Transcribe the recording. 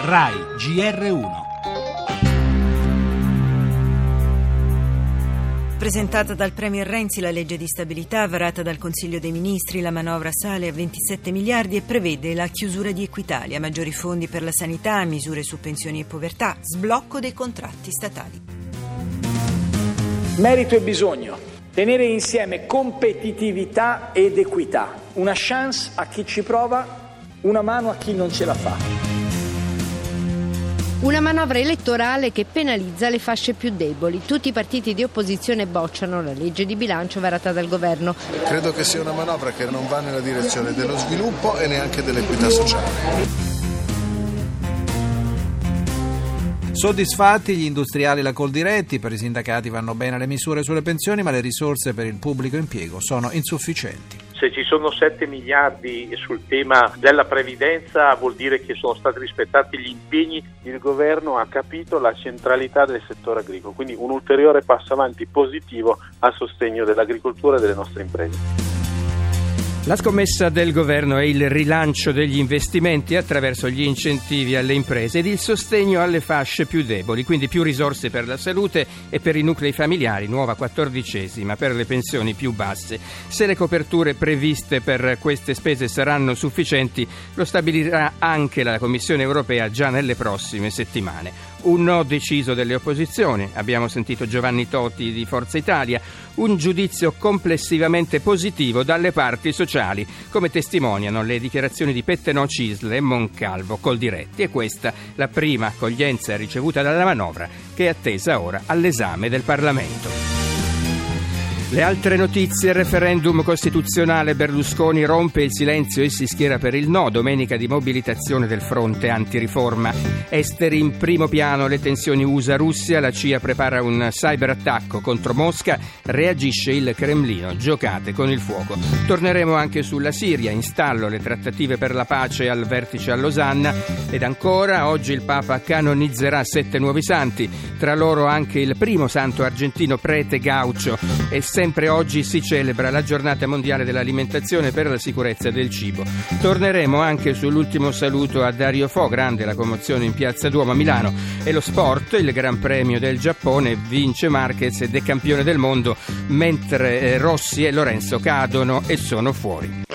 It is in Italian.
RAI GR1. Presentata dal Premier Renzi la legge di stabilità varata dal Consiglio dei Ministri, la manovra sale a 27 miliardi e prevede la chiusura di Equitalia, maggiori fondi per la sanità, misure su pensioni e povertà, sblocco dei contratti statali. Merito e bisogno, tenere insieme competitività ed equità, una chance a chi ci prova, una mano a chi non ce la fa. Una manovra elettorale che penalizza le fasce più deboli. Tutti i partiti di opposizione bocciano la legge di bilancio varata dal governo. Credo che sia una manovra che non va nella direzione dello sviluppo e neanche dell'equità sociale. Soddisfatti gli industriali e la Coldiretti, per i sindacati vanno bene le misure sulle pensioni, ma le risorse per il pubblico impiego sono insufficienti. Se ci sono 7 miliardi sul tema della previdenza vuol dire che sono stati rispettati gli impegni. Il governo ha capito la centralità del settore agricolo, quindi un ulteriore passo avanti positivo a sostegno dell'agricoltura e delle nostre imprese. La scommessa del governo è il rilancio degli investimenti attraverso gli incentivi alle imprese ed il sostegno alle fasce più deboli, quindi più risorse per la salute e per i nuclei familiari, nuova 14ª per le pensioni più basse. Se le coperture previste per queste spese saranno sufficienti, lo stabilirà anche la Commissione europea già nelle prossime settimane. Un no deciso delle opposizioni, abbiamo sentito Giovanni Toti di Forza Italia, un giudizio complessivamente positivo dalle parti sociali, come testimoniano le dichiarazioni di Pettenò, Cisle e Moncalvo, Coldiretti. E questa la prima accoglienza ricevuta dalla manovra, che è attesa ora all'esame del Parlamento. Le altre notizie: referendum costituzionale, Berlusconi rompe il silenzio e si schiera per il no, domenica di mobilitazione del fronte antiriforma. Esteri in primo piano, le tensioni USA-Russia, la CIA prepara un cyberattacco contro Mosca, reagisce il Cremlino, giocate con il fuoco. Torneremo anche sulla Siria, in stallo le trattative per la pace al vertice a Losanna ed ancora oggi il Papa canonizzerà 7 nuovi santi, tra loro anche il primo santo argentino prete Gaucho e sempre oggi si celebra la giornata mondiale dell'alimentazione per la sicurezza del cibo. Torneremo anche sull'ultimo saluto a Dario Fo, grande la commozione in Piazza Duomo a Milano, e lo sport, il Gran Premio del Giappone, vince Marquez ed è campione del mondo, mentre Rossi e Lorenzo cadono e sono fuori.